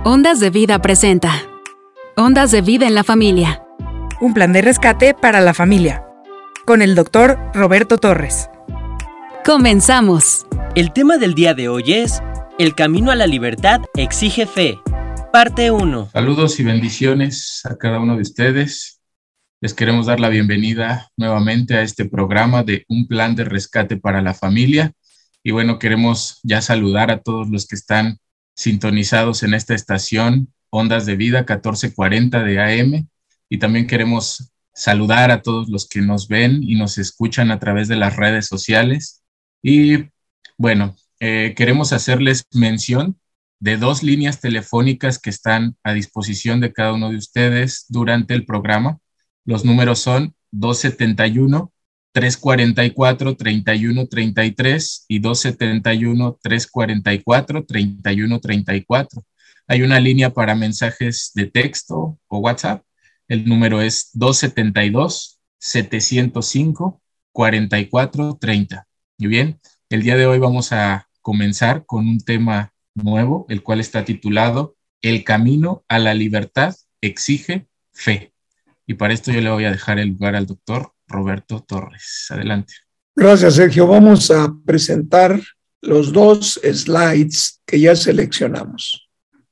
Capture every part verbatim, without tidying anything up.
Ondas de Vida presenta Ondas de Vida en la Familia. Un plan de rescate para la familia. Con el doctor Roberto Torres. Comenzamos. El tema del día de hoy es El camino a la libertad exige fe. Parte uno. Saludos y bendiciones a cada uno de ustedes. Les queremos dar la bienvenida nuevamente a este programa de Un plan de rescate para la familia. Y bueno, queremos ya saludar a todos los que están sintonizados en esta estación, Ondas de Vida catorce cuarenta de A M. Y también queremos saludar a todos los que nos ven y nos escuchan a través de las redes sociales. Y bueno, eh, queremos hacerles mención de dos líneas telefónicas que están a disposición de cada uno de ustedes durante el programa. Los números son dos setenta y uno, tres cuarenta y cuatro, treinta y uno treinta y tres y dos setenta y uno, tres cuarenta y cuatro, treinta y uno treinta y cuatro. Hay una línea para mensajes de texto o WhatsApp. El número es dos setenta y dos, setecientos cinco, cuarenta y cuatro treinta. Y bien, el día de hoy vamos a comenzar con un tema nuevo, el cual está titulado El camino a la libertad exige fe. Y para esto yo le voy a dejar el lugar al doctor Roberto Torres. Adelante. Gracias, Sergio. Vamos a presentar los dos slides que ya seleccionamos.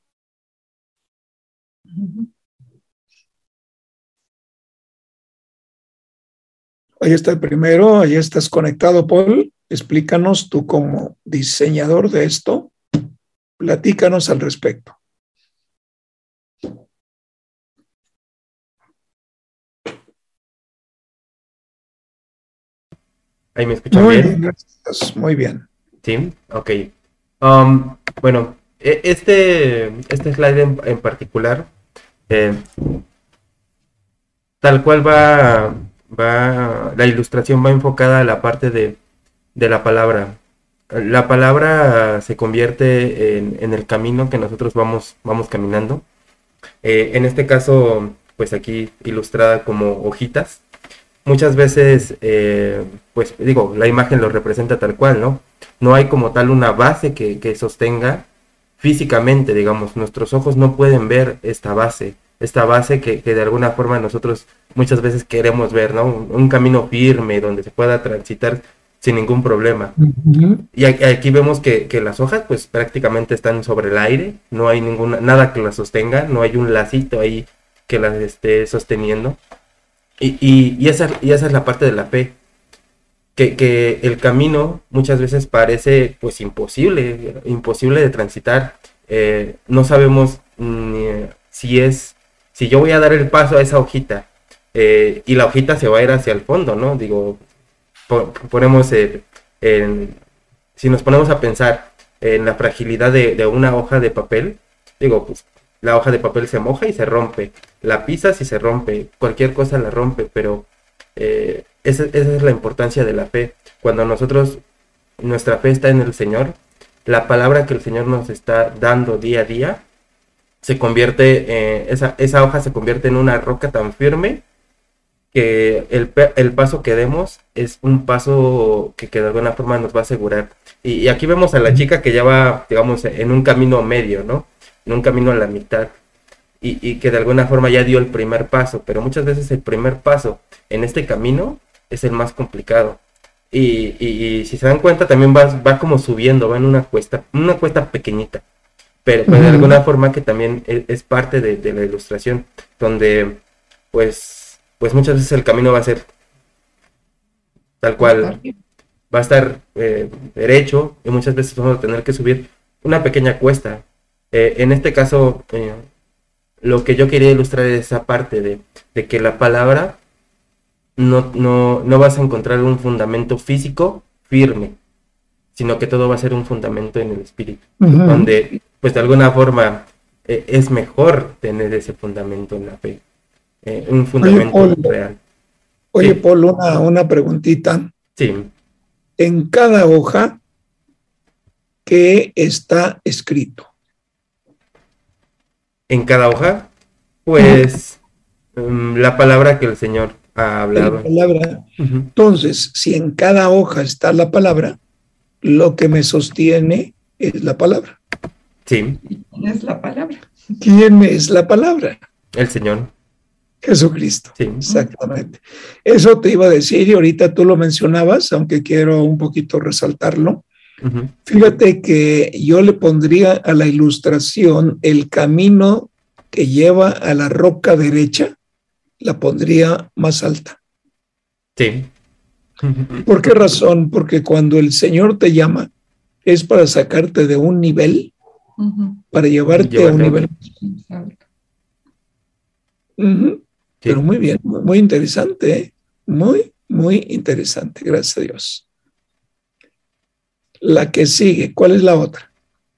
Ahí está el primero, ahí estás conectado, Paul. Explícanos tú como diseñador de esto, platícanos al respecto. ¿Ahí me escuchan muy bien? bien? Gracias, muy bien. Sí, ok. Um, bueno, este, este slide en, en particular, eh, tal cual va, va, la ilustración va enfocada a la parte de, de la palabra. La palabra se convierte en, en el camino que nosotros vamos, vamos caminando. Eh, en este caso, pues aquí ilustrada como hojitas. Muchas veces, eh, pues digo, la imagen lo representa tal cual, ¿no? No hay como tal una base que, que sostenga físicamente, digamos. Nuestros ojos no pueden ver esta base, esta base que, que de alguna forma nosotros muchas veces queremos ver, ¿no? Un, un camino firme donde se pueda transitar sin ningún problema. Uh-huh. Y aquí, aquí vemos que, que las hojas pues prácticamente están sobre el aire, no hay ninguna, nada que las sostenga, no hay un lacito ahí que las esté sosteniendo. Y, y, y, esa, y esa es la parte de la fe, que, que el camino muchas veces parece pues imposible, imposible de transitar. Eh, no sabemos ni, si es, si yo voy a dar el paso a esa hojita eh, y la hojita se va a ir hacia el fondo, ¿no? Digo, po, ponemos eh, en, si nos ponemos a pensar en la fragilidad de, de una hoja de papel, digo, pues la hoja de papel se moja y se rompe, la pisas y se rompe, cualquier cosa la rompe, pero eh, esa, esa es la importancia de la fe. Cuando nosotros, nuestra fe está en el Señor, la palabra que el Señor nos está dando día a día, se convierte, eh, esa, esa hoja se convierte en una roca tan firme que el, el paso que demos es un paso que, que de alguna forma nos va a asegurar. Y, y aquí vemos a la chica que ya va, digamos, en un camino medio, ¿no? En un camino a la mitad, y, y que de alguna forma ya dio el primer paso, pero muchas veces el primer paso en este camino es el más complicado, y, y, y si se dan cuenta también va, va como subiendo, va en una cuesta, una cuesta pequeñita, pero, pero de alguna forma que también es, es parte de, de la ilustración, donde pues, pues muchas veces el camino va a ser tal cual, va a estar eh, derecho, y muchas veces vamos a tener que subir una pequeña cuesta. Eh, en este caso, eh, lo que yo quería ilustrar es esa parte de, de que la palabra no, no, no vas a encontrar un fundamento físico firme, sino que todo va a ser un fundamento en el espíritu, uh-huh. Donde pues de alguna forma eh, es mejor tener ese fundamento en la fe, eh, un fundamento oye, Paul, real. Oye, sí. Paul, una, una preguntita. Sí. En cada hoja, ¿qué está escrito? En cada hoja, pues, um, la palabra que el Señor ha hablado. La palabra. Uh-huh. Entonces, si en cada hoja está la palabra, lo que me sostiene es la palabra. Sí. ¿Y quién es la palabra? ¿Quién es la palabra? El Señor. Jesucristo. Sí. Exactamente. Eso te iba a decir y ahorita tú lo mencionabas, aunque quiero un poquito resaltarlo. Uh-huh. Fíjate que yo le pondría a la ilustración el camino que lleva a la roca derecha, la pondría más alta. Sí. ¿Por qué razón? Porque cuando el Señor te llama es para sacarte de un nivel, Uh-huh. para llevarte Llévate a un a nivel. Uh-huh. Sí. Pero muy bien, muy interesante, ¿eh? Muy, muy interesante, gracias a Dios. La que sigue, ¿cuál es la otra?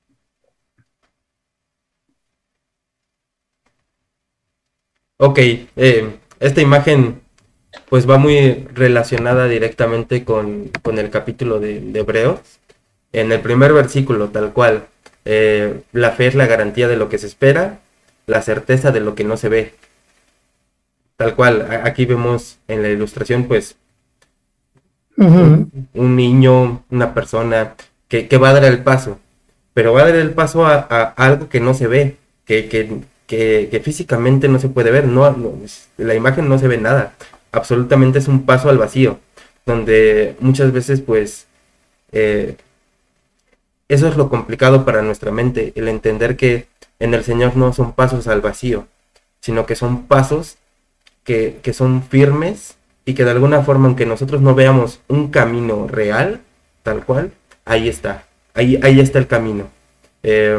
Ok, eh, esta imagen pues va muy relacionada directamente con, con el capítulo de, de Hebreos. En el primer versículo, tal cual, eh, la fe es la garantía de lo que se espera, la certeza de lo que no se ve. Tal cual, a- aquí vemos en la ilustración pues Uh-huh. un, un niño, una persona que, que va a dar el paso, pero va a dar el paso a, a algo que no se ve, que, que, que, que físicamente no se puede ver, no, no, la imagen no se ve nada, absolutamente es un paso al vacío, donde muchas veces pues eh, eso es lo complicado para nuestra mente, el entender que en el Señor no son pasos al vacío, sino que son pasos que, que son firmes y que de alguna forma, aunque nosotros no veamos un camino real, tal cual, ahí está, ahí, ahí está el camino. Eh,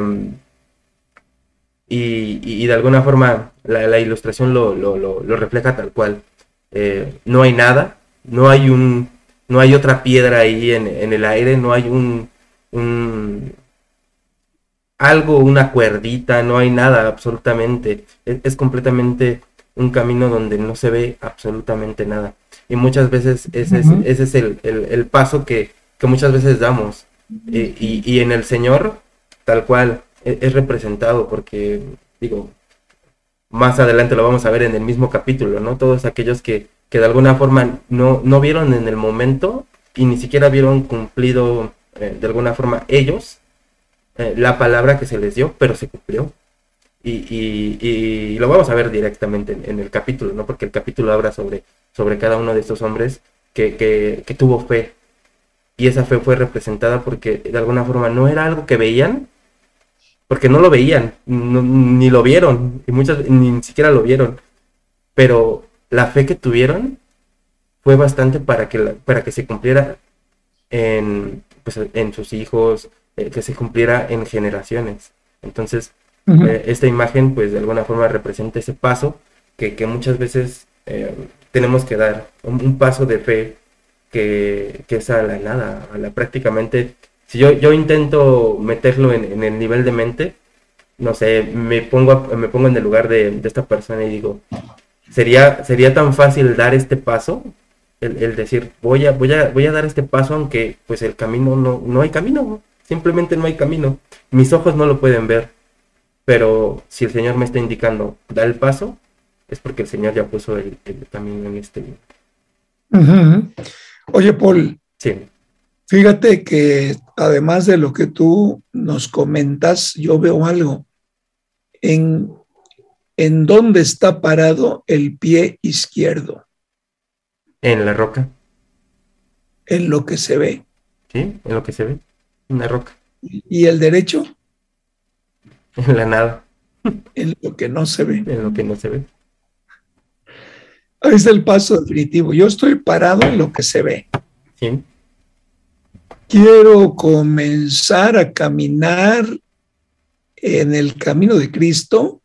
y, y, y de alguna forma la, la ilustración lo, lo, lo, lo refleja tal cual. Eh, no hay nada, no hay un, no hay otra piedra ahí en, en el aire, no hay un, un algo, una cuerdita, no hay nada absolutamente. Es, es completamente un camino donde no se ve absolutamente nada. Y muchas veces ese es, Uh-huh. ese es el, el, el paso que, que muchas veces damos. Eh, y, y en el Señor, tal cual, es, es representado porque, digo, más adelante lo vamos a ver en el mismo capítulo, ¿no? Todos aquellos que, que de alguna forma no, no vieron en el momento y ni siquiera vieron cumplido eh, de alguna forma ellos eh, la palabra que se les dio, pero se cumplió. Y, y, y lo vamos a ver directamente en, en el capítulo, ¿no? Porque el capítulo habla sobre, sobre cada uno de estos hombres que, que, que tuvo fe. Y esa fe fue representada porque de alguna forma no era algo que veían, porque no lo veían, no, ni lo vieron, y muchas ni siquiera lo vieron. Pero la fe que tuvieron fue bastante para que, la, para que se cumpliera en, pues, en sus hijos, eh, que se cumpliera en generaciones. Entonces, Uh-huh. eh, esta imagen, pues de alguna forma representa ese paso que, que muchas veces eh, tenemos que dar, un, un paso de fe que, que es a la nada, a la prácticamente. Si yo, yo intento meterlo en, en el nivel de mente, no sé, me pongo, a, me pongo en el lugar de, de esta persona y digo, sería, sería tan fácil dar este paso, el, el decir, voy a, voy a, voy a dar este paso aunque pues el camino no, no hay camino, simplemente no hay camino, mis ojos no lo pueden ver, pero si el Señor me está indicando, da el paso, es porque el Señor ya puso el, el camino en este. Uh-huh. Oye, Paul, Sí. fíjate que además de lo que tú nos comentas, yo veo algo. En, en dónde está parado el pie izquierdo, En la roca, en lo que se ve. ¿sí? En lo que se ve, una roca, Y el derecho, en la nada, en lo que no se ve. en lo que no se ve. Ahí está el paso definitivo. Yo estoy parado en lo que se ve. ¿Sí? Quiero comenzar a caminar en el camino de Cristo.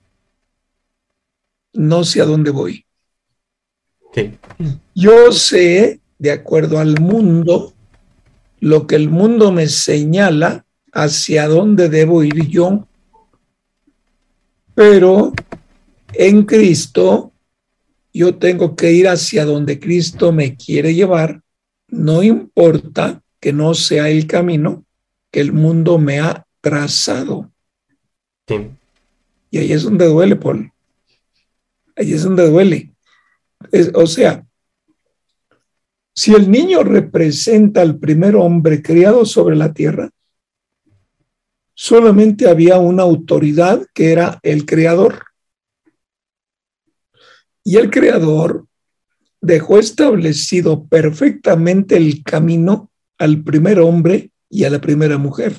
No sé a dónde voy. Sí. Yo sé, de acuerdo al mundo, lo que el mundo me señala hacia dónde debo ir yo. Pero en Cristo, yo tengo que ir hacia donde Cristo me quiere llevar. No importa que no sea el camino que el mundo me ha trazado. Sí. Y ahí es donde duele, Paul. Ahí es donde duele. Es, o sea, si el niño representa al primer hombre criado sobre la tierra, Solamente había una autoridad que era el Creador. Y el Creador dejó establecido perfectamente el camino al primer hombre y a la primera mujer.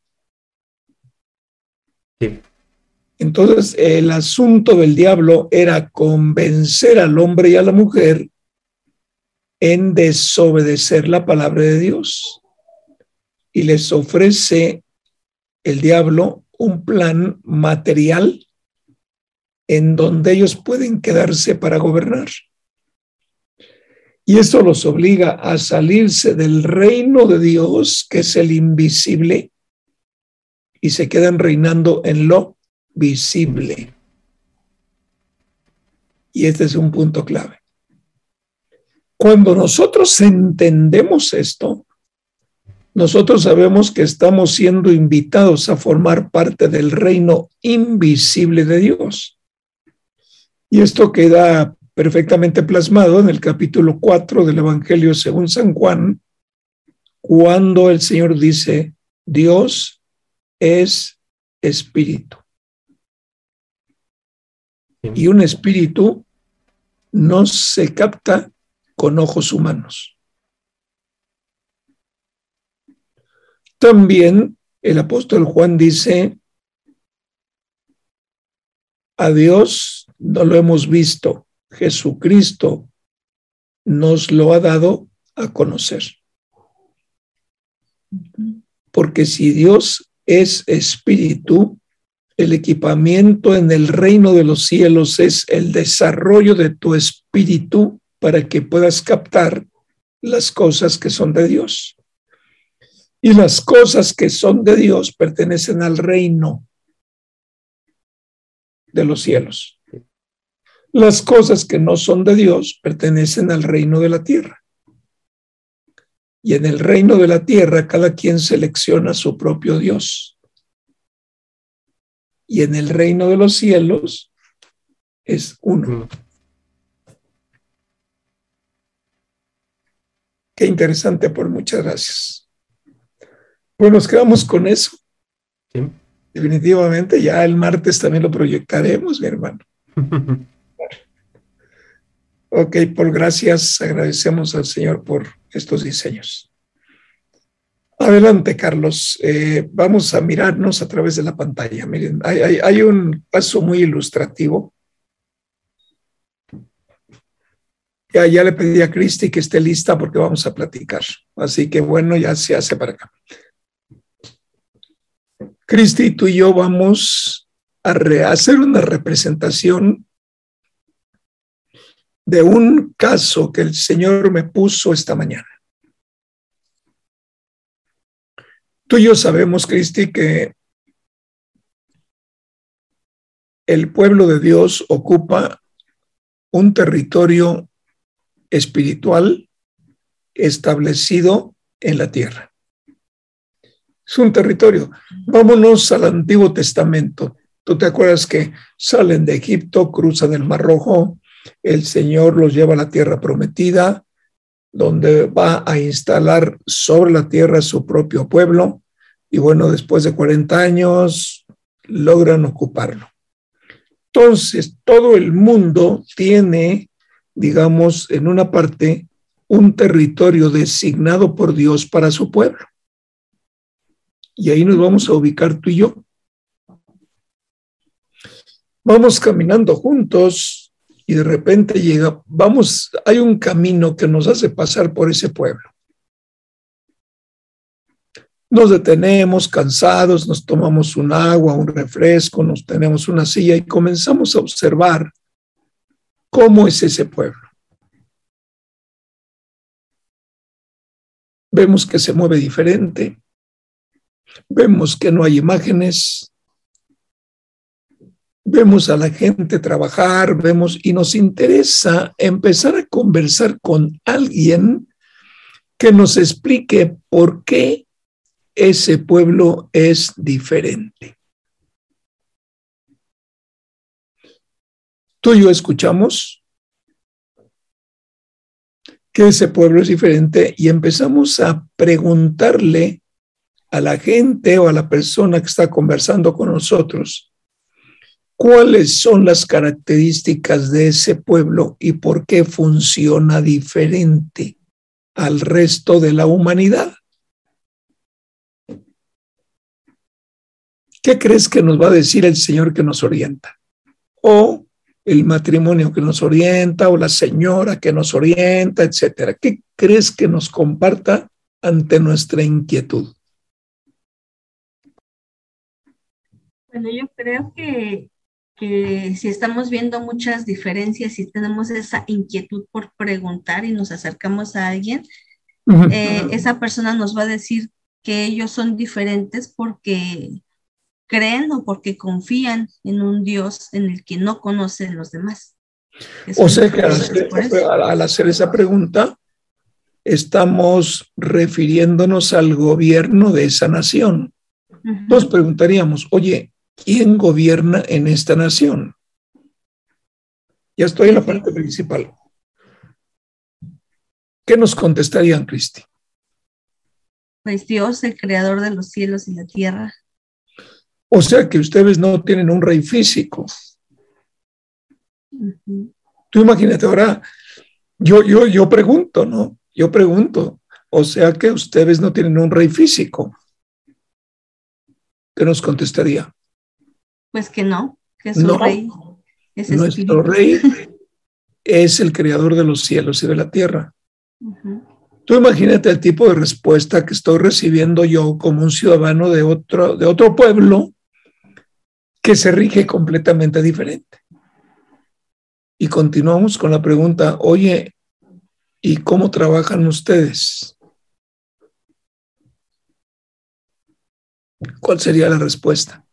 Sí. Entonces, el asunto del diablo era convencer al hombre y a la mujer en desobedecer la palabra de Dios. Y les ofrece el diablo un plan material en donde ellos pueden quedarse para gobernar. Y esto los obliga a salirse del reino de Dios, que es el invisible, y se quedan reinando en lo visible. Y este es un punto clave. Cuando nosotros entendemos esto, nosotros sabemos que estamos siendo invitados a formar parte del reino invisible de Dios. Y esto queda perfectamente plasmado en el capítulo cuatro del Evangelio según San Juan, cuando el Señor dice, Dios es espíritu. Y un espíritu no se capta con ojos humanos. También el apóstol Juan dice, a Dios no lo hemos visto, Jesucristo nos lo ha dado a conocer. Porque si Dios es espíritu, el equipamiento en el reino de los cielos es el desarrollo de tu espíritu para que puedas captar las cosas que son de Dios. Y las cosas que son de Dios pertenecen al reino de los cielos. Las cosas que no son de Dios pertenecen al reino de la tierra. Y en el reino de la tierra cada quien selecciona su propio Dios. Y en el reino de los cielos es uno. Qué interesante, por muchas gracias. Pues nos quedamos con eso. Sí. Definitivamente, ya el martes también lo proyectaremos, mi hermano. Ok, por gracias, agradecemos al Señor por estos diseños. Adelante, Carlos. Eh, vamos a mirarnos a través de la pantalla. Miren, hay, hay, hay un paso muy ilustrativo. Ya, ya le pedí a Cristi que esté lista porque vamos a platicar. Así que bueno, ya se hace para acá. Cristi, tú y yo vamos a hacer una representación de un caso que el Señor me puso esta mañana. Tú y yo sabemos, Cristi, que el pueblo de Dios ocupa un territorio espiritual establecido en la tierra. Es un territorio. Vámonos al Antiguo Testamento. Tú te acuerdas que salen de Egipto, cruzan el Mar Rojo, el Señor los lleva a la tierra prometida, donde va a instalar sobre la tierra su propio pueblo, y bueno, después de cuarenta años logran ocuparlo. Entonces, todo el mundo tiene, digamos, en una parte, un territorio designado por Dios para su pueblo. Y ahí nos vamos a ubicar tú y yo. Vamos caminando juntos y de repente llega, vamos, hay un camino que nos hace pasar por ese pueblo. Nos detenemos cansados, nos tomamos un agua, un refresco, nos tenemos una silla y comenzamos a observar cómo es ese pueblo. Vemos que se mueve diferente. Vemos que no hay imágenes, vemos a la gente trabajar, vemos y nos interesa empezar a conversar con alguien que nos explique por qué ese pueblo es diferente. Tú y yo escuchamos que ese pueblo es diferente y empezamos a preguntarle a la gente o a la persona que está conversando con nosotros cuáles son las características de ese pueblo y por qué funciona diferente al resto de la humanidad. ¿Qué crees que nos va a decir el Señor que nos orienta? O el matrimonio que nos orienta, o la señora que nos orienta, etcétera. ¿Qué crees que nos comparta ante nuestra inquietud? Bueno, yo creo que, que si estamos viendo muchas diferencias y tenemos esa inquietud por preguntar y nos acercamos a alguien, uh-huh. eh, esa persona nos va a decir que ellos son diferentes porque creen o porque confían en un Dios en el que no conocen los demás. O sea que al hacer, al hacer esa pregunta, estamos refiriéndonos al gobierno de esa nación. Uh-huh. Nos preguntaríamos, oye, ¿quién gobierna en esta nación? Ya estoy en la parte principal. ¿Qué nos contestarían, Cristi? Pues Dios, el creador de los cielos y la tierra. O sea que ustedes no tienen un rey físico. Uh-huh. Tú imagínate ahora, yo, yo, yo pregunto, ¿no? Yo pregunto, o sea que ustedes no tienen un rey físico. ¿Qué nos contestaría? Pues que no, que su no, rey es nuestro espíritu. Rey es el creador de los cielos y de la tierra. Uh-huh. Tú imagínate el tipo de respuesta que estoy recibiendo yo como un ciudadano de otro, de otro pueblo que se rige completamente diferente. Y continuamos con la pregunta, oye, ¿y cómo trabajan ustedes? ¿Cuál sería la respuesta?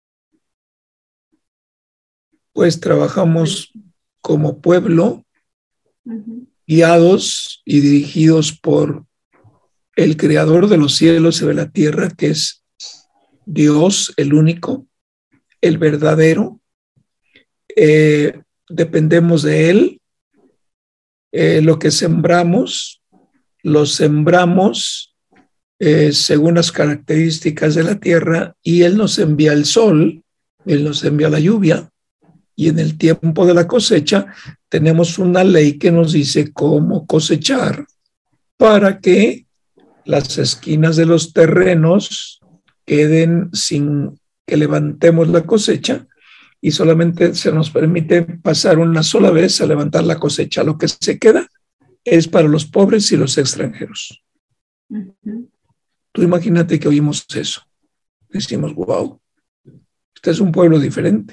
Pues trabajamos como pueblo, uh-huh. guiados y dirigidos por el creador de los cielos y de la tierra, que es Dios, el único, el verdadero. Eh, dependemos de Él. Eh, lo que sembramos, lo sembramos eh, según las características de la tierra, y Él nos envía el sol, Él nos envía la lluvia, y en el tiempo de la cosecha tenemos una ley que nos dice cómo cosechar para que las esquinas de los terrenos queden sin que levantemos la cosecha, y solamente se nos permite pasar una sola vez a levantar la cosecha. Lo que se queda es para los pobres y los extranjeros. Uh-huh. Tú imagínate que oímos eso. Decimos, wow, este es un pueblo diferente.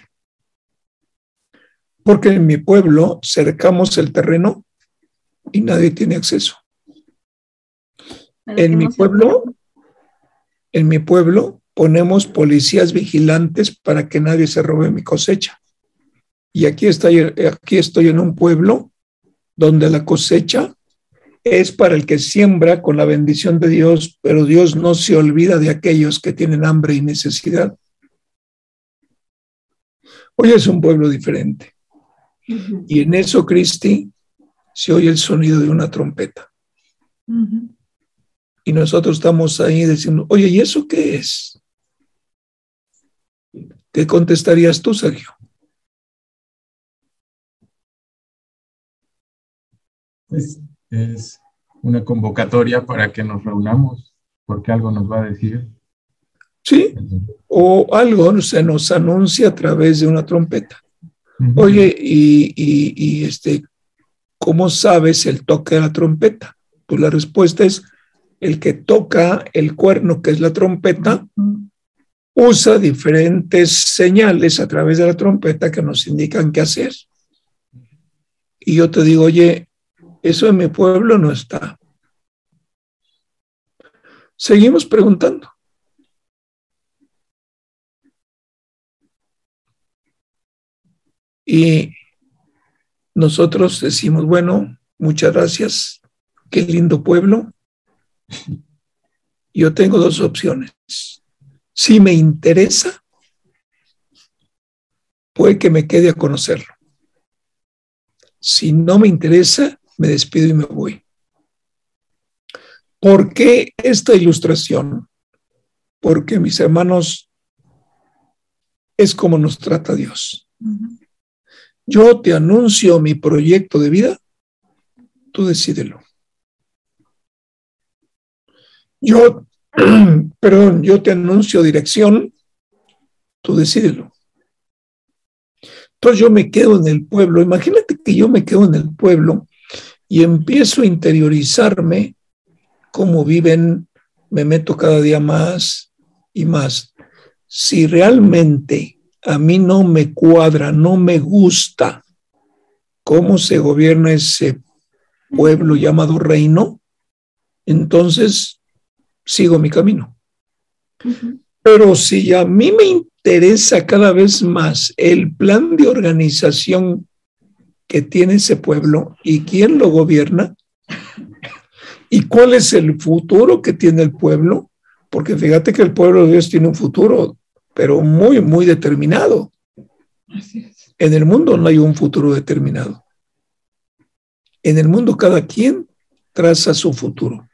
Porque en mi pueblo cercamos el terreno y nadie tiene acceso. En mi pueblo, en mi pueblo ponemos policías vigilantes para que nadie se robe mi cosecha. Y aquí estoy, aquí estoy en un pueblo donde la cosecha es para el que siembra con la bendición de Dios, pero Dios no se olvida de aquellos que tienen hambre y necesidad. Hoy es un pueblo diferente. Uh-huh. Y en eso, Cristi, se oye el sonido de una trompeta. Uh-huh. Y nosotros estamos ahí diciendo, oye, ¿y eso qué es? ¿Qué contestarías tú, Sergio? Pues es una convocatoria para que nos reunamos, porque algo nos va a decir. Sí, o algo se nos anuncia a través de una trompeta. Uh-huh. Oye, y, y, y este, ¿cómo sabes el toque de la trompeta? Pues la respuesta es, el que toca el cuerno, que es la trompeta, uh-huh. usa diferentes señales a través de la trompeta que nos indican qué hacer. Y yo te digo, oye, eso en mi pueblo no está. Seguimos preguntando. Y nosotros decimos, bueno, muchas gracias, qué lindo pueblo. Yo tengo dos opciones. Si me interesa, puede que me quede a conocerlo. Si no me interesa, me despido y me voy. ¿Por qué esta ilustración? porque mis hermanos, es como nos trata Dios. Uh-huh. Yo te anuncio mi proyecto de vida, tú decídelo. Yo, perdón, yo te anuncio dirección, tú decídelo. Entonces yo me quedo en el pueblo. Imagínate que yo me quedo en el pueblo y empiezo a interiorizarme cómo viven, me meto cada día más y más. Si realmente a mí no me cuadra, no me gusta cómo se gobierna ese pueblo llamado reino, entonces sigo mi camino. Uh-huh. Pero si a mí me interesa cada vez más el plan de organización que tiene ese pueblo y quién lo gobierna y cuál es el futuro que tiene el pueblo, porque fíjate que el pueblo de Dios tiene un futuro, pero muy, muy determinado. Así es. En el mundo no hay un futuro determinado. En el mundo cada quien traza su futuro.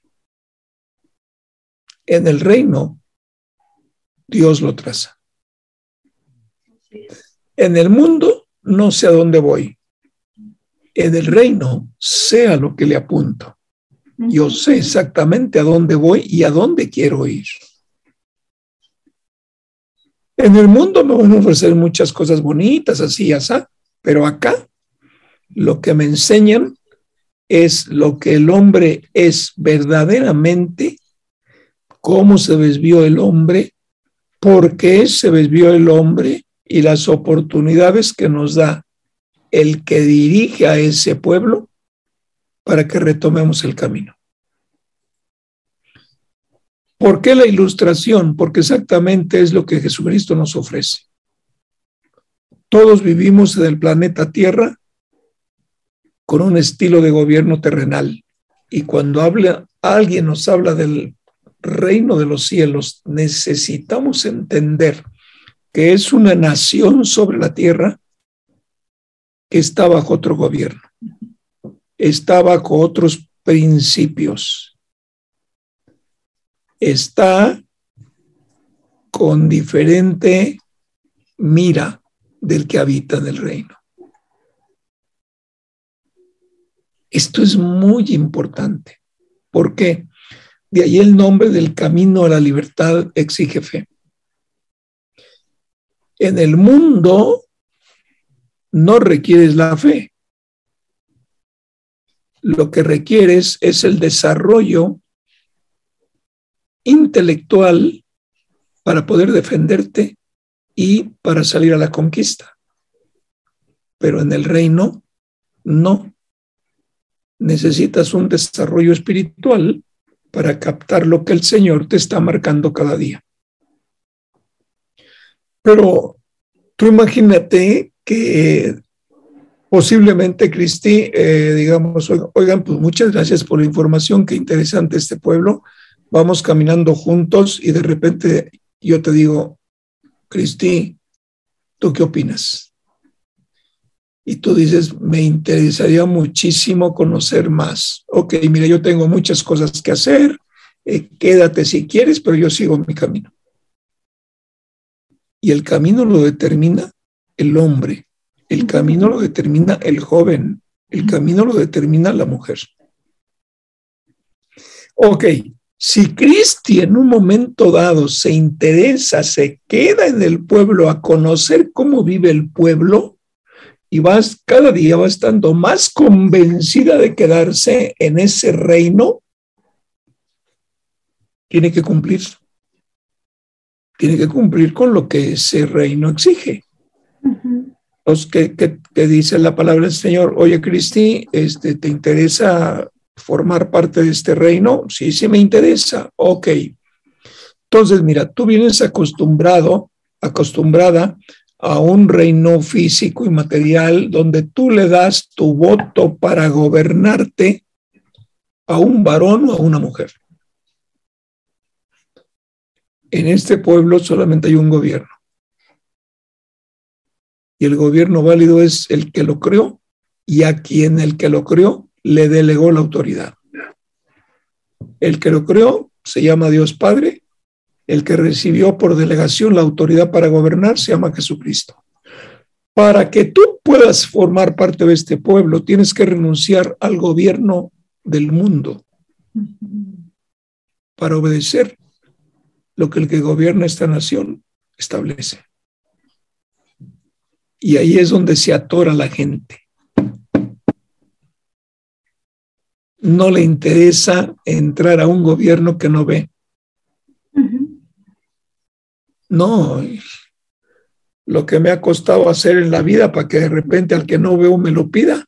En el reino, Dios lo traza. En el mundo, no sé a dónde voy. En el reino, sé a lo que le apunto. Yo sé exactamente a dónde voy y a dónde quiero ir. En el mundo me van a ofrecer muchas cosas bonitas, así, así, pero acá lo que me enseñan es lo que el hombre es verdaderamente, cómo se desvió el hombre, por qué se desvió el hombre y las oportunidades que nos da el que dirige a ese pueblo para que retomemos el camino. ¿Por qué la ilustración? Porque exactamente es lo que Jesucristo nos ofrece. Todos vivimos en el planeta Tierra con un estilo de gobierno terrenal. Y cuando habla, alguien nos habla del reino de los cielos, necesitamos entender que es una nación sobre la tierra que está bajo otro gobierno, está bajo otros principios, está con diferente mira del que habita en el reino. Esto es muy importante. ¿Por qué? De ahí el nombre del camino a la libertad exige fe. En el mundo no requieres la fe. Lo que requieres es el desarrollo intelectual para poder defenderte y para salir a la conquista. Pero en el reino, no. Necesitas un desarrollo espiritual para captar lo que el Señor te está marcando cada día. Pero tú imagínate que posiblemente, Cristi, eh, digamos, oigan, pues muchas gracias por la información, qué interesante este pueblo, vamos caminando juntos y de repente yo te digo, Cristi, ¿tú qué opinas? Y tú dices, me interesaría muchísimo conocer más. Ok, mira, yo tengo muchas cosas que hacer, eh, quédate si quieres, pero yo sigo mi camino. Y el camino lo determina el hombre, el camino lo determina el joven, el camino lo determina la mujer. Ok, si Cristi en un momento dado se interesa, se queda en el pueblo a conocer cómo vive el pueblo, y vas, cada día va estando más convencida de quedarse en ese reino, tiene que cumplir. Tiene que cumplir con lo que ese reino exige. Uh-huh. Entonces, ¿qué, qué, qué dice la palabra del Señor? Oye, Cristi, este, ¿te interesa formar parte de este reino? Sí, sí me interesa. Ok. Entonces, mira, tú vienes acostumbrado, acostumbrada a un reino físico y material donde tú le das tu voto para gobernarte a un varón o a una mujer. En este pueblo solamente hay un gobierno. Y el gobierno válido es el que lo creó y a quien el que lo creó le delegó la autoridad. El que lo creó se llama Dios Padre, El que recibió por delegación la autoridad para gobernar se llama Jesucristo. Para que tú puedas formar parte de este pueblo, tienes que renunciar al gobierno del mundo para obedecer lo que el que gobierna esta nación establece. Y ahí es donde se atora la gente. No le interesa entrar a un gobierno que no ve. No, lo que me ha costado hacer en la vida para que de repente al que no veo me lo pida.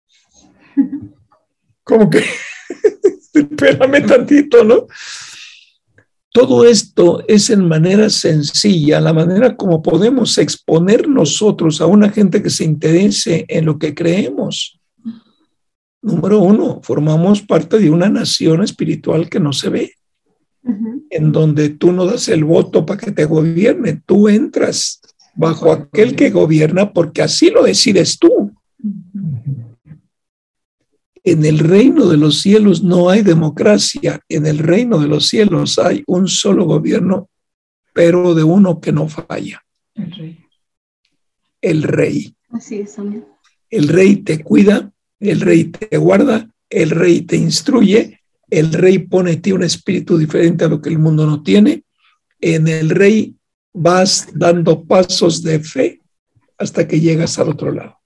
Como que, espérame tantito, ¿no? Todo esto es en manera sencilla, la manera como podemos exponer nosotros a una gente que se interese en lo que creemos. Número uno, formamos parte de una nación espiritual que no se ve, uh-huh. en donde tú no das el voto para que te gobierne, tú entras bajo aquel que gobierna porque así lo decides tú. Uh-huh. En el reino de los cielos no hay democracia, en el reino de los cielos hay un solo gobierno, pero de uno que no falla. El rey. El rey. Así es, amén. El rey te cuida, el rey te guarda, el rey te instruye, el rey pone en ti un espíritu diferente a lo que el mundo no tiene. En el rey vas dando pasos de fe hasta que llegas al otro lado.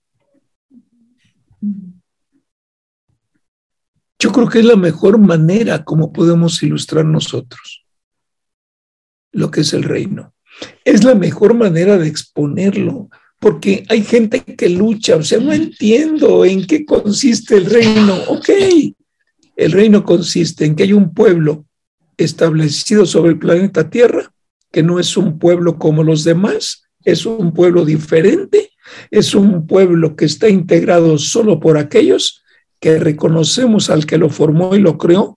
Yo creo que es la mejor manera como podemos ilustrar nosotros lo que es el reino. Es la mejor manera de exponerlo, porque hay gente que lucha, o sea, no entiendo en qué consiste el reino. Ok, el reino consiste en que hay un pueblo establecido sobre el planeta Tierra, que no es un pueblo como los demás, es un pueblo diferente, es un pueblo que está integrado solo por aquellos que reconocemos al que lo formó y lo creó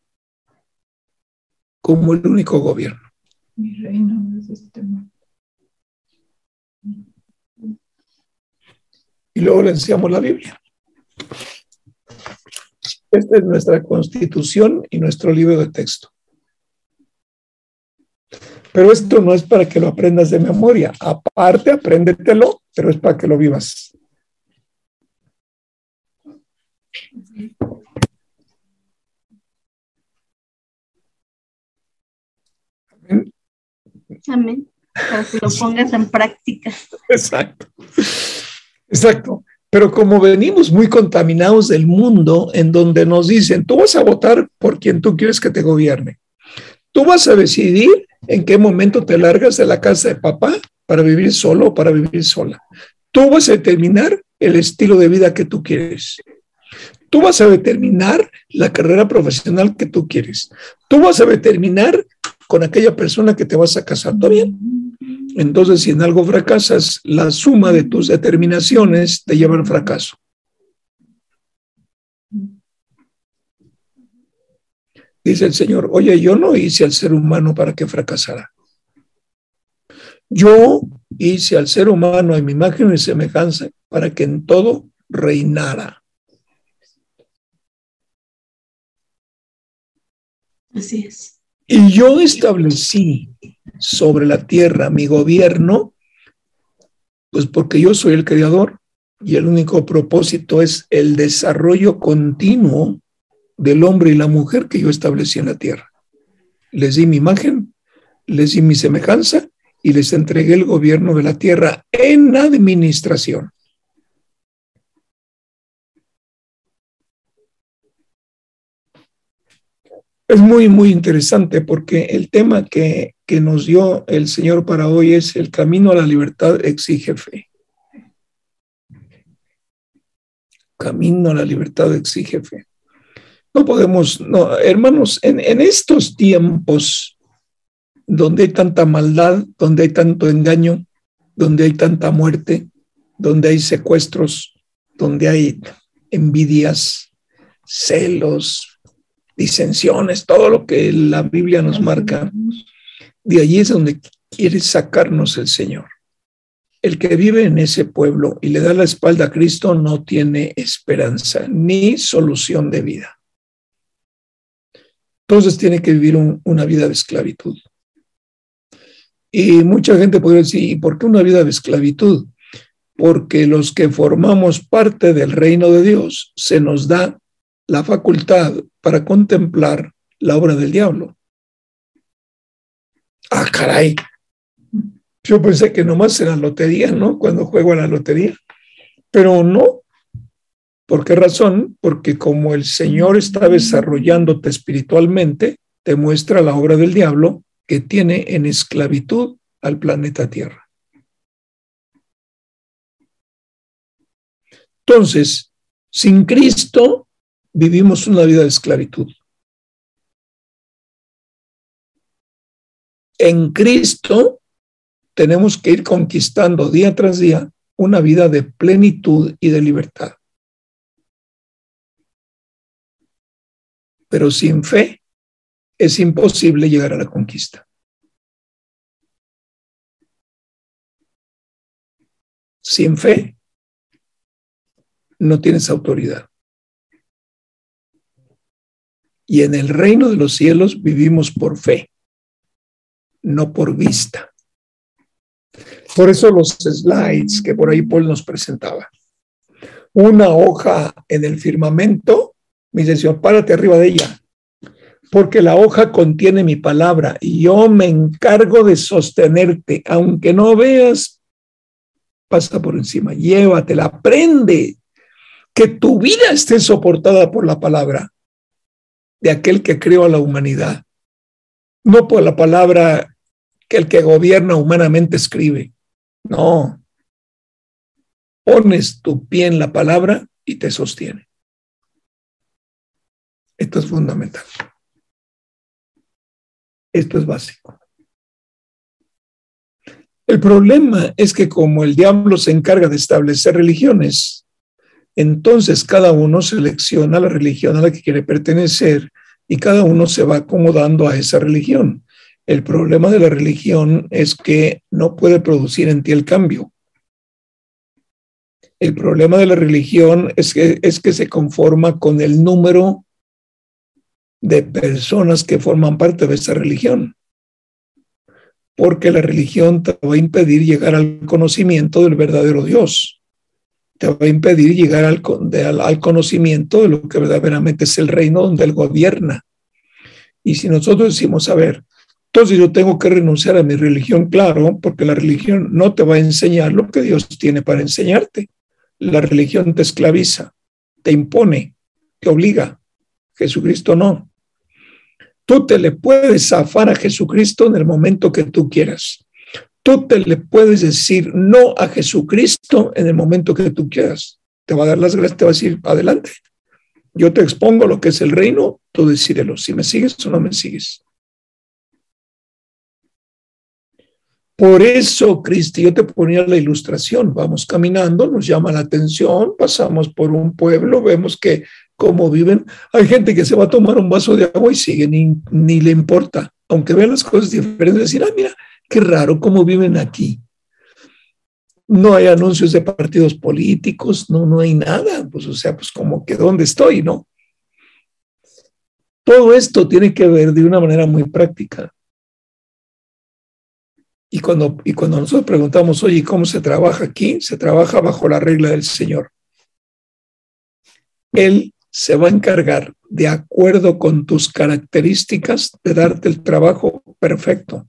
como el único gobierno. Mi reino es este mundo. Y luego le enseñamos la Biblia. Esta es nuestra constitución y nuestro libro de texto. Pero esto no es para que lo aprendas de memoria. Aparte, apréndetelo, pero es para que lo vivas. Amén. Amén. Para que lo pongas en práctica. Exacto. Exacto. Pero como venimos muy contaminados del mundo, en donde nos dicen, tú vas a votar por quien tú quieres que te gobierne. Tú vas a decidir en qué momento te largas de la casa de papá para vivir solo o para vivir sola. Tú vas a determinar el estilo de vida que tú quieres. Tú vas a determinar la carrera profesional que tú quieres. Tú vas a determinar con aquella persona que te vas a casar. ¿Todo bien? Entonces, si en algo fracasas, la suma de tus determinaciones te lleva al fracaso. Dice el Señor, oye, yo no hice al ser humano para que fracasara. Yo hice al ser humano a mi imagen y semejanza para que en todo reinara. Así es. Y yo establecí sobre la tierra mi gobierno, pues porque yo soy el creador y el único propósito es el desarrollo continuo del hombre y la mujer que yo establecí en la tierra. Les di mi imagen, les di mi semejanza y les entregué el gobierno de la tierra en administración. Es muy, muy interesante porque el tema que, que nos dio el Señor para hoy es el camino a la libertad exige fe. Camino a la libertad exige fe. No podemos, no, hermanos, en, en estos tiempos donde hay tanta maldad, donde hay tanto engaño, donde hay tanta muerte, donde hay secuestros, donde hay envidias, celos, disensiones, todo lo que la Biblia nos marca, de allí es donde quiere sacarnos el Señor. El que vive en ese pueblo y le da la espalda a Cristo no tiene esperanza ni solución de vida. Entonces tiene que vivir un, una vida de esclavitud. Y mucha gente podría decir, ¿y por qué una vida de esclavitud? Porque los que formamos parte del reino de Dios se nos da la facultad para contemplar la obra del diablo. Ah, caray. Yo pensé que nomás era lotería, ¿no? Cuando juego a la lotería. Pero no. ¿Por qué razón? Porque como el Señor está desarrollándote espiritualmente, te muestra la obra del diablo que tiene en esclavitud al planeta Tierra. Entonces, sin Cristo vivimos una vida de esclavitud. En Cristo tenemos que ir conquistando día tras día una vida de plenitud y de libertad. Pero sin fe es imposible llegar a la conquista. Sin fe no tienes autoridad. Y en el reino de los cielos vivimos por fe, no por vista. Por eso los slides que por ahí Paul nos presentaba. Una hoja en el firmamento, me dice, Señor, párate arriba de ella, porque la hoja contiene mi palabra y yo me encargo de sostenerte, aunque no veas, pasa por encima, llévatela, aprende, que tu vida esté soportada por la palabra de aquel que creó a la humanidad, no por la palabra que el que gobierna humanamente escribe. No. Pones tu pie en la palabra y te sostiene. Esto es fundamental. Esto es básico. El problema es que como el diablo se encarga de establecer religiones, entonces cada uno selecciona la religión a la que quiere pertenecer y cada uno se va acomodando a esa religión. El problema de la religión es que no puede producir en ti el cambio. El problema de la religión es que, es que se conforma con el número de personas que forman parte de esa religión. Porque la religión te va a impedir llegar al conocimiento del verdadero Dios. Te va a impedir llegar al, de, al, al conocimiento de lo que verdaderamente es el reino donde Él gobierna. Y si nosotros decimos, a ver, entonces yo tengo que renunciar a mi religión, claro, porque la religión no te va a enseñar lo que Dios tiene para enseñarte. La religión te esclaviza, te impone, te obliga. Jesucristo no. Tú te le puedes zafar a Jesucristo en el momento que tú quieras. Tú te le puedes decir no a Jesucristo en el momento que tú quieras. Te va a dar las gracias, te va a decir, adelante. Yo te expongo lo que es el reino, tú decídelo, si me sigues o no me sigues. Por eso, Cristi, yo te ponía la ilustración. Vamos caminando, nos llama la atención, pasamos por un pueblo, vemos que cómo viven. Hay gente que se va a tomar un vaso de agua y sigue, ni, ni le importa. Aunque vean las cosas diferentes, decir, ah, mira, qué raro cómo viven aquí. No hay anuncios de partidos políticos, no, no hay nada. Pues, o sea, pues como que ¿dónde estoy, no? Todo esto tiene que ver de una manera muy práctica. Y cuando, y cuando nosotros preguntamos, oye, ¿cómo se trabaja aquí? Se trabaja bajo la regla del Señor. Él se va a encargar, de acuerdo con tus características, de darte el trabajo perfecto.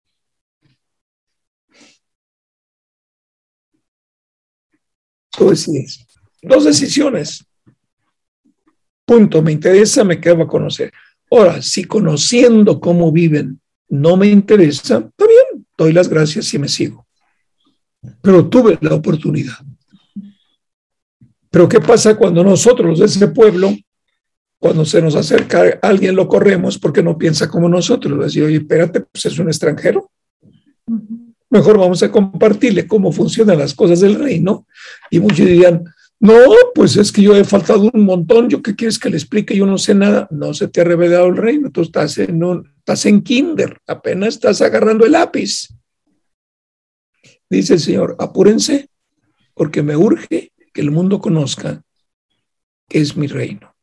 Tú decides. Dos decisiones. Punto. Me interesa, me quedo a conocer. Ahora, si conociendo cómo viven no me interesa, está bien, doy las gracias y me sigo. Pero tuve la oportunidad. Pero ¿qué pasa cuando nosotros, los de ese pueblo, cuando se nos acerca a alguien, lo corremos porque no piensa como nosotros? Le decimos, oye, espérate, pues es un extranjero. Mejor vamos a compartirle cómo funcionan las cosas del reino. Y muchos dirían, no, pues es que yo he faltado un montón, ¿yo qué quieres que le explique? Yo no sé nada. No se te ha revelado el reino, tú estás en, un, estás en kinder, apenas estás agarrando el lápiz. Dice el Señor, apúrense, porque me urge que el mundo conozca que es mi reino.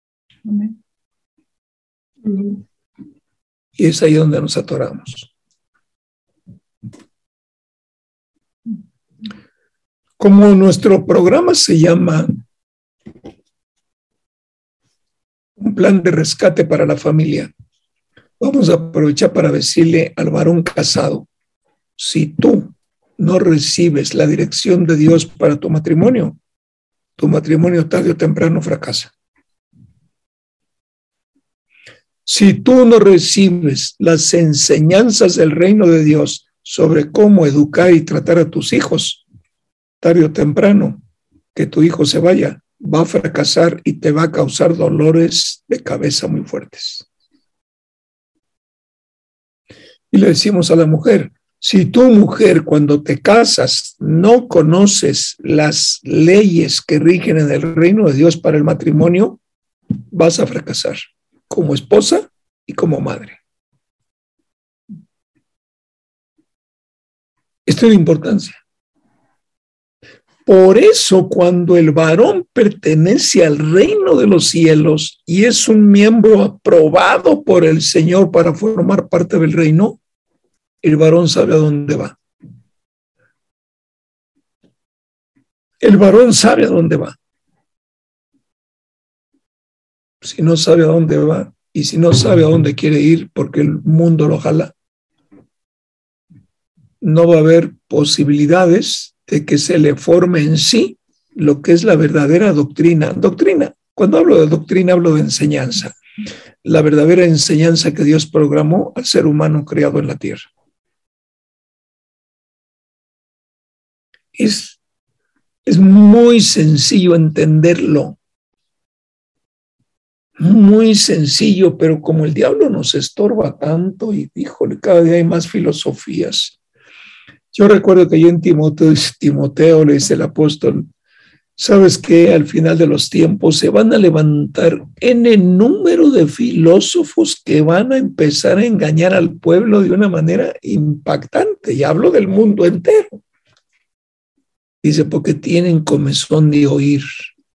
Amén. Y es ahí donde nos atoramos. Como nuestro programa se llama Un plan de rescate para la familia, vamos a aprovechar para decirle al varón casado, si tú no recibes la dirección de Dios para tu matrimonio, tu matrimonio tarde o temprano fracasa. Si tú no recibes las enseñanzas del reino de Dios sobre cómo educar y tratar a tus hijos, tarde o temprano, que tu hijo se vaya, va a fracasar y te va a causar dolores de cabeza muy fuertes. Y le decimos a la mujer, si tu mujer cuando te casas no conoces las leyes que rigen en el reino de Dios para el matrimonio, vas a fracasar como esposa y como madre. Esto es de importancia. Por eso, cuando el varón pertenece al reino de los cielos y es un miembro aprobado por el Señor para formar parte del reino, el varón sabe a dónde va. El varón sabe a dónde va. Si no sabe a dónde va y si no sabe a dónde quiere ir porque el mundo lo jala, no va a haber posibilidades de que se le forme en sí lo que es la verdadera doctrina. Doctrina, cuando hablo de doctrina hablo de enseñanza. La verdadera enseñanza que Dios programó al ser humano creado en la tierra. Es, es muy sencillo entenderlo. Muy sencillo, pero como el diablo nos estorba tanto y, híjole, cada día hay más filosofías. Yo recuerdo que yo en Timoteo, Timoteo le dice el apóstol, ¿sabes qué? Al final de los tiempos se van a levantar N número de filósofos que van a empezar a engañar al pueblo de una manera impactante. Y hablo del mundo entero. Dice, porque tienen comezón de oír.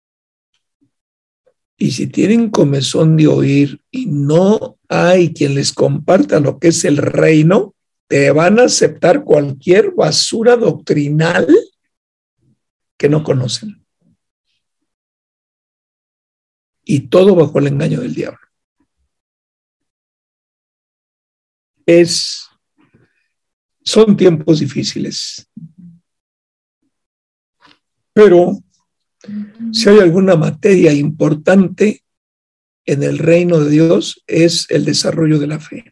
Y si tienen comezón de oír y no hay quien les comparta lo que es el reino, te van a aceptar cualquier basura doctrinal que no conocen. Y todo bajo el engaño del diablo. Es, son tiempos difíciles. Pero si hay alguna materia importante en el reino de Dios es el desarrollo de la fe.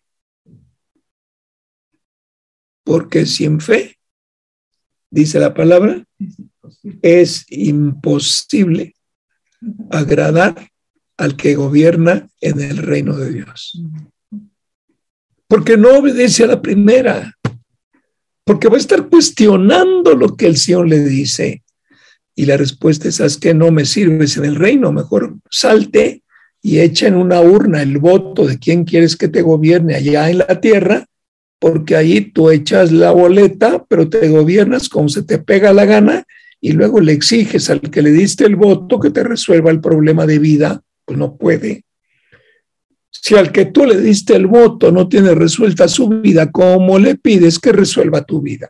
Porque sin fe, dice la palabra, es imposible agradar al que gobierna en el reino de Dios. Porque no obedece a la primera. Porque va a estar cuestionando lo que el Señor le dice. Y la respuesta es, ¿sabes qué? No me sirves en el reino. Mejor salte y echa en una urna el voto de quién quieres que te gobierne allá en la tierra, porque ahí tú echas la boleta, pero te gobiernas como se te pega la gana y luego le exiges al que le diste el voto que te resuelva el problema de vida. Pues no puede. Si al que tú le diste el voto no tiene resuelta su vida, ¿cómo le pides que resuelva tu vida?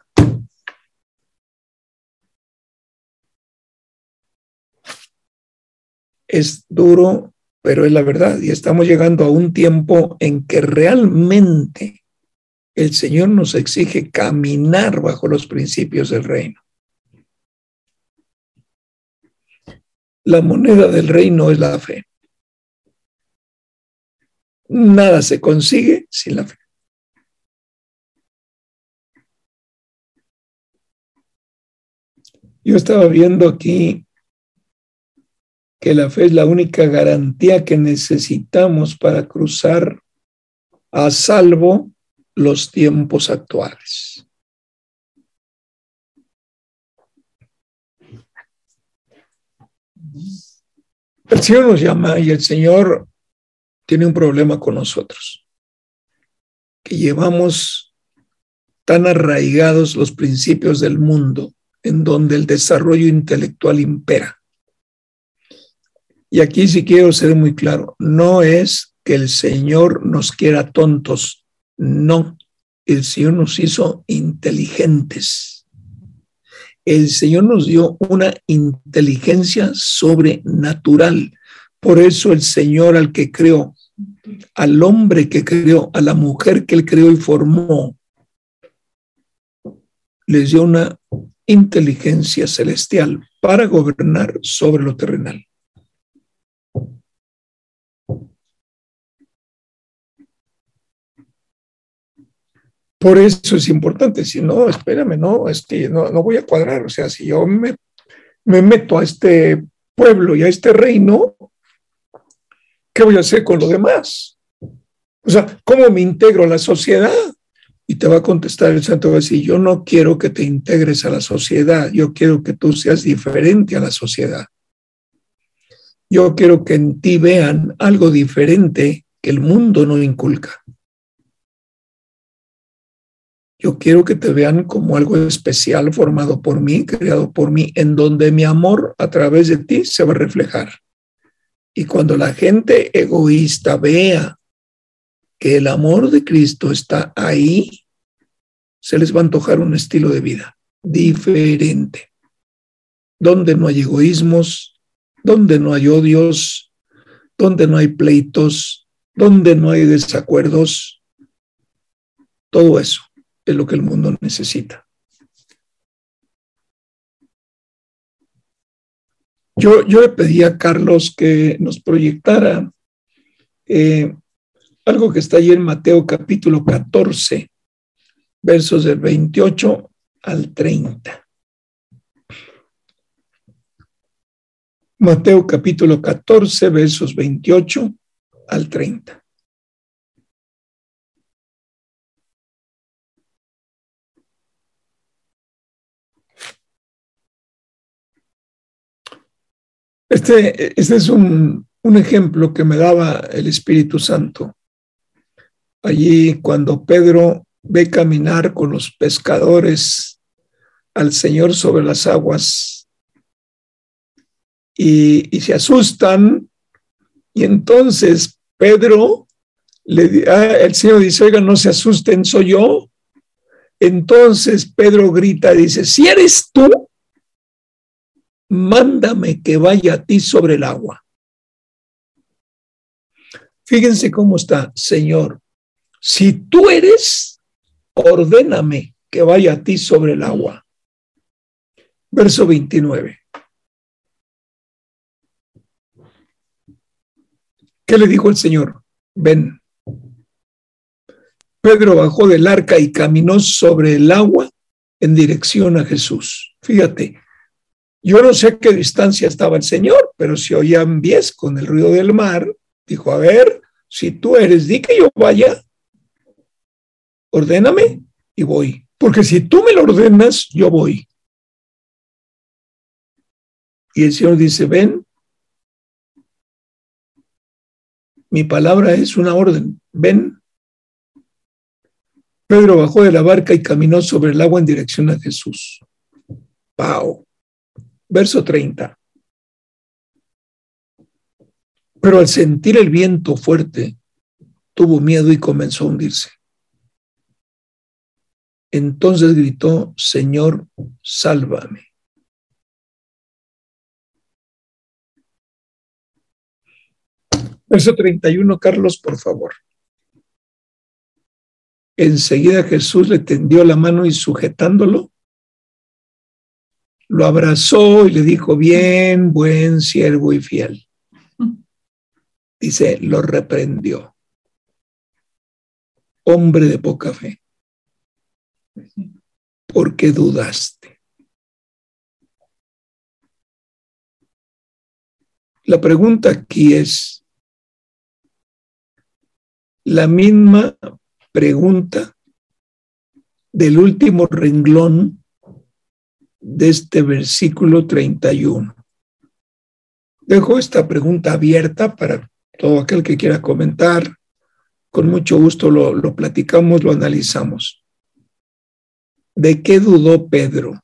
Es duro, pero es la verdad. Y estamos llegando a un tiempo en que realmente el Señor nos exige caminar bajo los principios del reino. La moneda del reino es la fe. Nada se consigue sin la fe. Yo estaba viendo aquí que la fe es la única garantía que necesitamos para cruzar a salvo los tiempos actuales. El Señor nos llama y el Señor tiene un problema con nosotros, que llevamos tan arraigados los principios del mundo en donde el desarrollo intelectual impera. Y aquí sí quiero ser muy claro, no es que el Señor nos quiera tontos, no, el Señor nos hizo inteligentes. El Señor nos dio una inteligencia sobrenatural. Por eso el Señor al que creó, al hombre que creó, a la mujer que Él creó y formó, les dio una inteligencia celestial para gobernar sobre lo terrenal. Por eso es importante. Si no, espérame, no, es que no, no voy a cuadrar. O sea, si yo me, me meto a este pueblo y a este reino, ¿qué voy a hacer con lo demás? O sea, ¿cómo me integro a la sociedad? Y te va a contestar el santo, va a decir, yo no quiero que te integres a la sociedad, yo quiero que tú seas diferente a la sociedad. Yo quiero que en ti vean algo diferente que el mundo no inculca. Yo quiero que te vean como algo especial formado por mí, creado por mí, en donde mi amor a través de ti se va a reflejar. Y cuando la gente egoísta vea que el amor de Cristo está ahí, se les va a antojar un estilo de vida diferente, donde no hay egoísmos, donde no hay odios, donde no hay pleitos, donde no hay desacuerdos. Todo eso es lo que el mundo necesita. Yo, yo le pedí a Carlos que nos proyectara eh, algo que está allí en Mateo capítulo catorce, versos del veintiocho al treinta. Mateo capítulo catorce, versos veintiocho al treinta. Este, este es un, un ejemplo que me daba el Espíritu Santo. Allí cuando Pedro ve caminar con los pescadores al Señor sobre las aguas y, y se asustan, y entonces Pedro, le, ah, el Señor dice, oiga, no se asusten, soy yo. Entonces Pedro grita, dice, si eres tú, mándame que vaya a ti sobre el agua. Fíjense cómo está, Señor, si tú eres, ordéname que vaya a ti sobre el agua. Verso veintinueve. ¿Qué le dijo el Señor? Ven. Pedro bajó del arca y caminó sobre el agua en dirección a Jesús. Fíjate, yo no sé a qué distancia estaba el Señor, pero si oían pies con el ruido del mar, dijo, a ver, si tú eres, di que yo vaya, ordéname y voy, porque si tú me lo ordenas, yo voy. Y el Señor dice, ven, mi palabra es una orden, ven. Pedro bajó de la barca y caminó sobre el agua en dirección a Jesús. ¡Pau! Verso treinta. Pero al sentir el viento fuerte, tuvo miedo y comenzó a hundirse. Entonces gritó, Señor, sálvame. Verso treinta y uno, Carlos, por favor. Enseguida Jesús le tendió la mano y sujetándolo, lo abrazó y le dijo, bien, buen siervo y fiel. Dice, lo reprendió. Hombre de poca fe, ¿por qué dudaste? La pregunta aquí es la misma pregunta del último renglón de este versículo treinta y uno. Dejo esta pregunta abierta para todo aquel que quiera comentar. Con mucho gusto lo, lo platicamos, lo analizamos. ¿De qué dudó Pedro?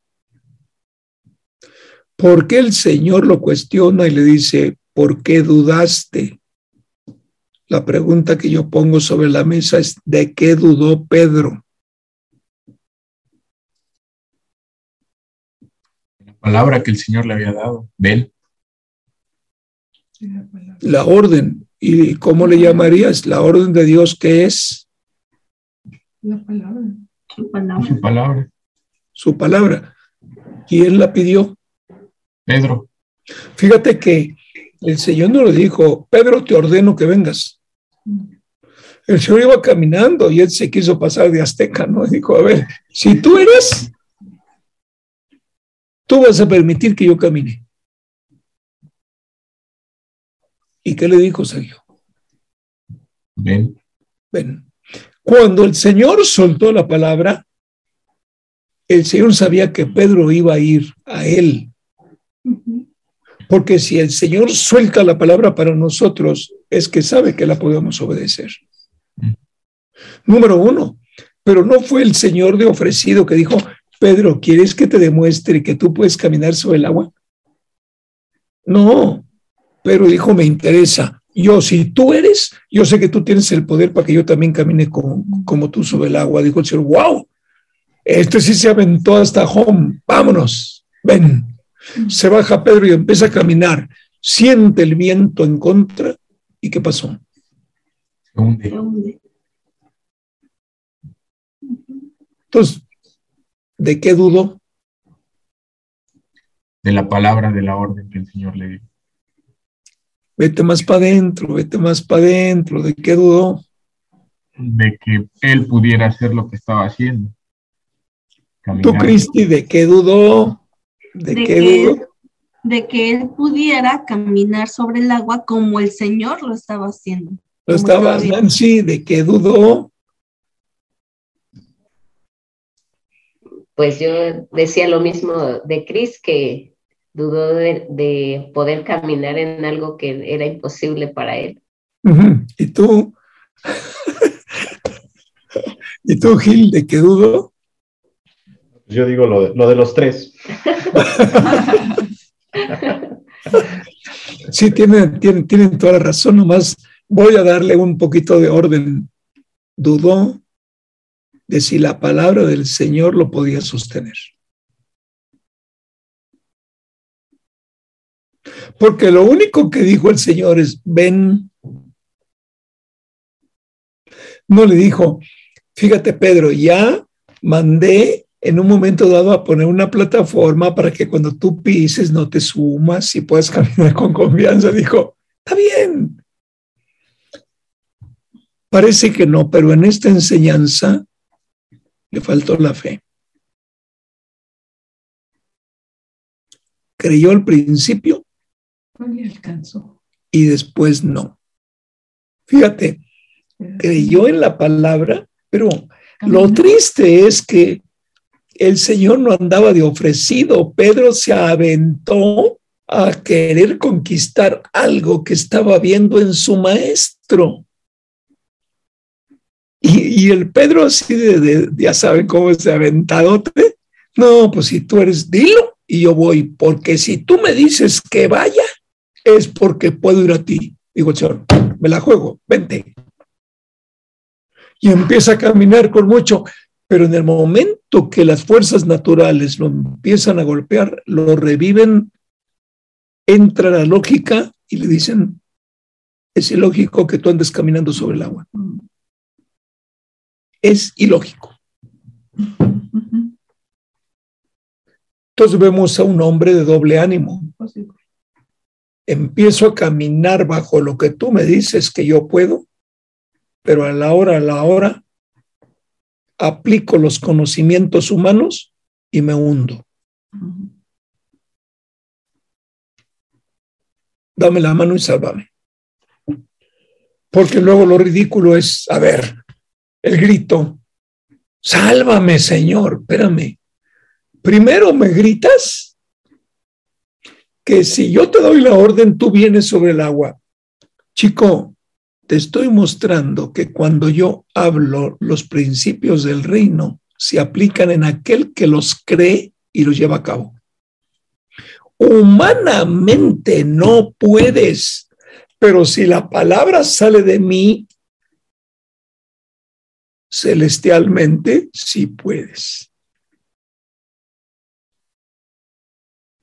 ¿Por qué el Señor lo cuestiona y le dice, ¿por qué dudaste? La pregunta que yo pongo sobre la mesa es, ¿de qué dudó Pedro? palabra que el Señor le había dado. Ven. La orden. ¿Y cómo le llamarías? La orden de Dios, ¿qué es? La palabra. Su palabra. Su palabra. Su palabra. ¿Quién la pidió? Pedro. Fíjate que el Señor no le dijo, Pedro, te ordeno que vengas. El Señor iba caminando y él se quiso pasar de azteca, ¿no? Dijo, a ver, si tú eres, tú vas a permitir que yo camine. ¿Y qué le dijo Sergio? Ven. Ven. Cuando el Señor soltó la palabra, el Señor sabía que Pedro iba a ir a él. Porque si el Señor suelta la palabra para nosotros, es que sabe que la podemos obedecer. Mm. Número uno, pero no fue el Señor de ofrecido que dijo, Pedro, ¿quieres que te demuestre que tú puedes caminar sobre el agua? No, pero dijo, me interesa. Yo, si tú eres, yo sé que tú tienes el poder para que yo también camine como, como tú sobre el agua. Dijo el Señor, wow, este sí se aventó hasta home, vámonos, ven. Se baja Pedro y empieza a caminar, siente el viento en contra, ¿y qué pasó? Se hunde. Entonces, ¿de qué dudó? De la palabra, de la orden que el Señor le dio. Vete más para adentro, vete más para adentro. ¿De qué dudó? De que él pudiera hacer lo que estaba haciendo. Caminar. ¿Tú, Cristi, de qué dudó? ¿De, de qué que, dudó? De que él pudiera caminar sobre el agua como el Señor lo estaba haciendo. Lo estaba, Nancy, ¿de qué dudó? Pues yo decía lo mismo de Cris, que dudó de, de poder caminar en algo que era imposible para él. Uh-huh. ¿Y tú? ¿Y tú, Gil, de qué dudó? Yo digo lo de, lo de los tres. Sí, tienen, tienen, tienen toda la razón, nomás voy a darle un poquito de orden. Dudó de si la palabra del Señor lo podía sostener. Porque lo único que dijo el Señor es, ven. No le dijo, fíjate, Pedro, ya mandé en un momento dado a poner una plataforma para que cuando tú pises no te sumas y puedas caminar con confianza. Dijo, está bien. Parece que no, pero en esta enseñanza le faltó la fe. Creyó al principio y después no. Fíjate, creyó en la palabra, pero lo triste es que el Señor no andaba de ofrecido. Pedro se aventó a querer conquistar algo que estaba viendo en su maestro. Y, y el Pedro así de, de, ya saben cómo es de aventadote. No, pues si tú eres, dilo y yo voy, porque si tú me dices que vaya, es porque puedo ir a ti. Digo, el Señor, me la juego, vente. Y empieza a caminar con mucho. Pero en el momento que las fuerzas naturales lo empiezan a golpear, lo reviven, entra la lógica y le dicen, es ilógico que tú andes caminando sobre el agua. Es ilógico. Entonces vemos a un hombre de doble ánimo. Empiezo a caminar bajo lo que tú me dices que yo puedo, pero a la hora, a la hora, aplico los conocimientos humanos y me hundo. Dame la mano y sálvame. Porque luego lo ridículo es, a ver, el grito, sálvame, Señor, espérame. Primero me gritas que si yo te doy la orden, tú vienes sobre el agua. Chico, te estoy mostrando que cuando yo hablo, los principios del reino se aplican en aquel que los cree y los lleva a cabo. Humanamente no puedes, pero si la palabra sale de mí, celestialmente sí puedes.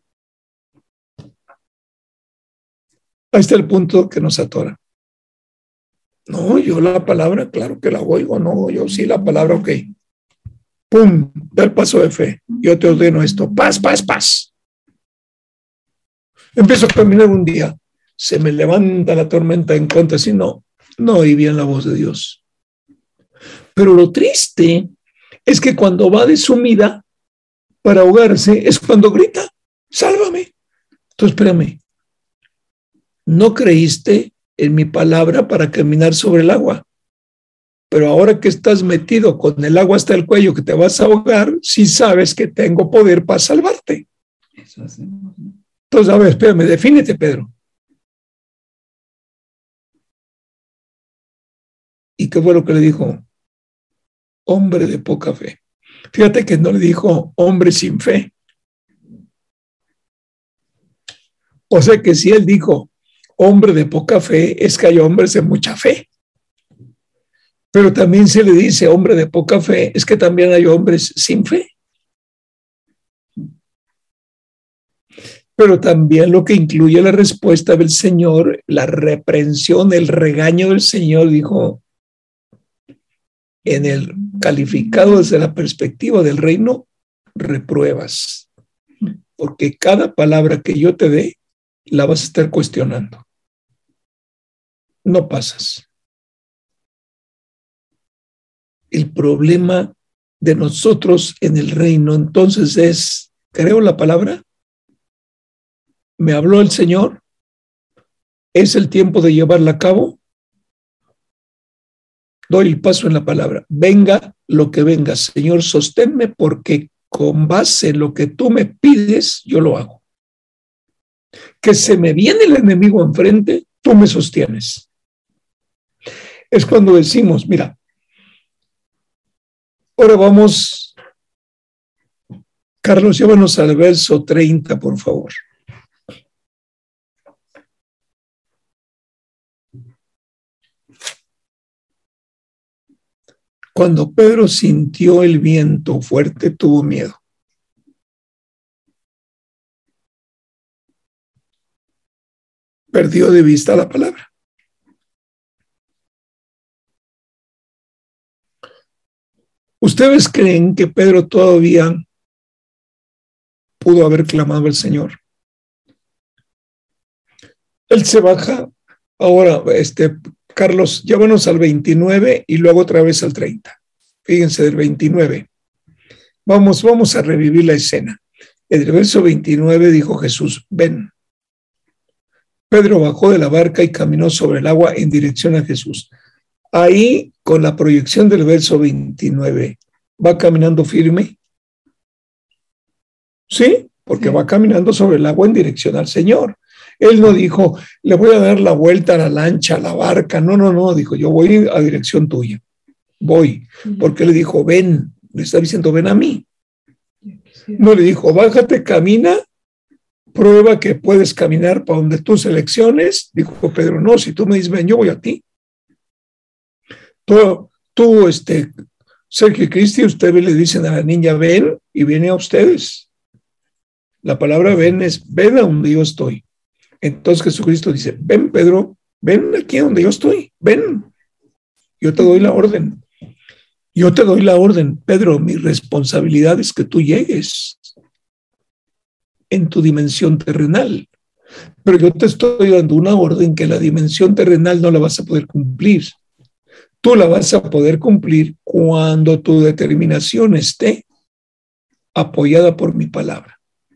Ahí está el punto que nos atora. No, yo la palabra, claro que la oigo, no, yo sí la palabra, ok. Pum, da el paso de fe. Yo te ordeno esto, paz, paz, paz. Empiezo a caminar un día, se me levanta la tormenta en contra, así no, no oí bien la voz de Dios. Pero lo triste es que cuando va de sumida para ahogarse, es cuando grita, sálvame. Entonces, espérame, no creíste en mi palabra para caminar sobre el agua, pero ahora que estás metido con el agua hasta el cuello que te vas a ahogar, sí sabes que tengo poder para salvarte. Eso hacemos, ¿no? Entonces, a ver, espérame, defínete, Pedro. ¿Y qué fue lo que le dijo? Hombre de poca fe. Fíjate que no le dijo hombre sin fe. O sea que si él dijo hombre de poca fe, es que hay hombres de mucha fe. Pero también se le dice hombre de poca fe, es que también hay hombres sin fe. Pero también lo que incluye la respuesta del Señor, la reprensión, el regaño del Señor, dijo, en el calificado desde la perspectiva del reino, repruebas. Porque cada palabra que yo te dé, la vas a estar cuestionando. No pasas. El problema de nosotros en el reino entonces es, ¿creo la palabra? ¿Me habló el Señor? ¿Es el tiempo de llevarla a cabo? Doy el paso en la palabra. Venga lo que venga, Señor, sosténme porque con base en lo que tú me pides, yo lo hago. Que se me viene el enemigo enfrente, tú me sostienes. Es cuando decimos, mira, ahora vamos, Carlos, llévanos al verso treinta, por favor. Cuando Pedro sintió el viento fuerte, tuvo miedo. Perdió de vista la palabra. ¿Ustedes creen que Pedro todavía pudo haber clamado al Señor? Él se baja. Ahora, este, Carlos, llévanos al veintinueve y luego otra vez al treinta. Fíjense, del veintinueve. Vamos, vamos a revivir la escena. En el verso veintinueve dijo Jesús, ven. Pedro bajó de la barca y caminó sobre el agua en dirección a Jesús. Ahí, con la proyección del verso veintinueve, ¿va caminando firme? Sí, porque sí. Va caminando sobre el agua en dirección al Señor. Él no dijo, le voy a dar la vuelta a la lancha, a la barca. No, no, no, dijo, yo voy a dirección tuya. Voy, porque le dijo, ven, le está diciendo, ven a mí. No le dijo, bájate, camina, prueba que puedes caminar para donde tú selecciones. Dijo Pedro, no, si tú me dices, ven, yo voy a ti. Tú, tú este, Sergio y Cristi, ustedes le dicen a la niña, ven, y viene a ustedes. La palabra ven es, ven a donde yo estoy. Entonces Jesucristo dice, ven Pedro, ven aquí donde yo estoy, ven, yo te doy la orden. Yo te doy la orden, Pedro, mi responsabilidad es que tú llegues en tu dimensión terrenal. Pero yo te estoy dando una orden que la dimensión terrenal no la vas a poder cumplir. Tú la vas a poder cumplir cuando tu determinación esté apoyada por mi palabra.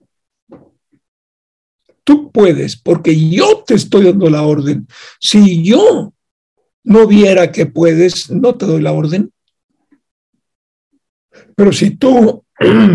Tú puedes, porque yo te estoy dando la orden. Si yo no viera que puedes, no te doy la orden. Pero si tú,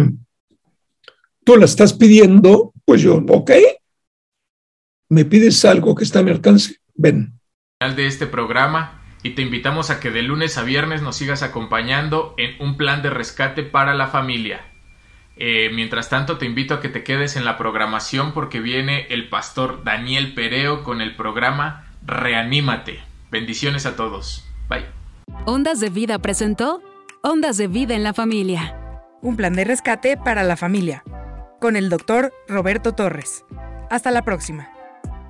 tú la estás pidiendo, pues yo, ok, me pides algo que está a mi alcance, ven. Final de este programa y te invitamos a que de lunes a viernes nos sigas acompañando en un plan de rescate para la familia. Eh, mientras tanto te invito a que te quedes en la programación porque viene el pastor Daniel Pereo con el programa Reanímate. Bendiciones a todos. Bye. Ondas de Vida presentó Ondas de Vida en la Familia. Un plan de rescate para la familia. Con el doctor Roberto Torres. Hasta la próxima.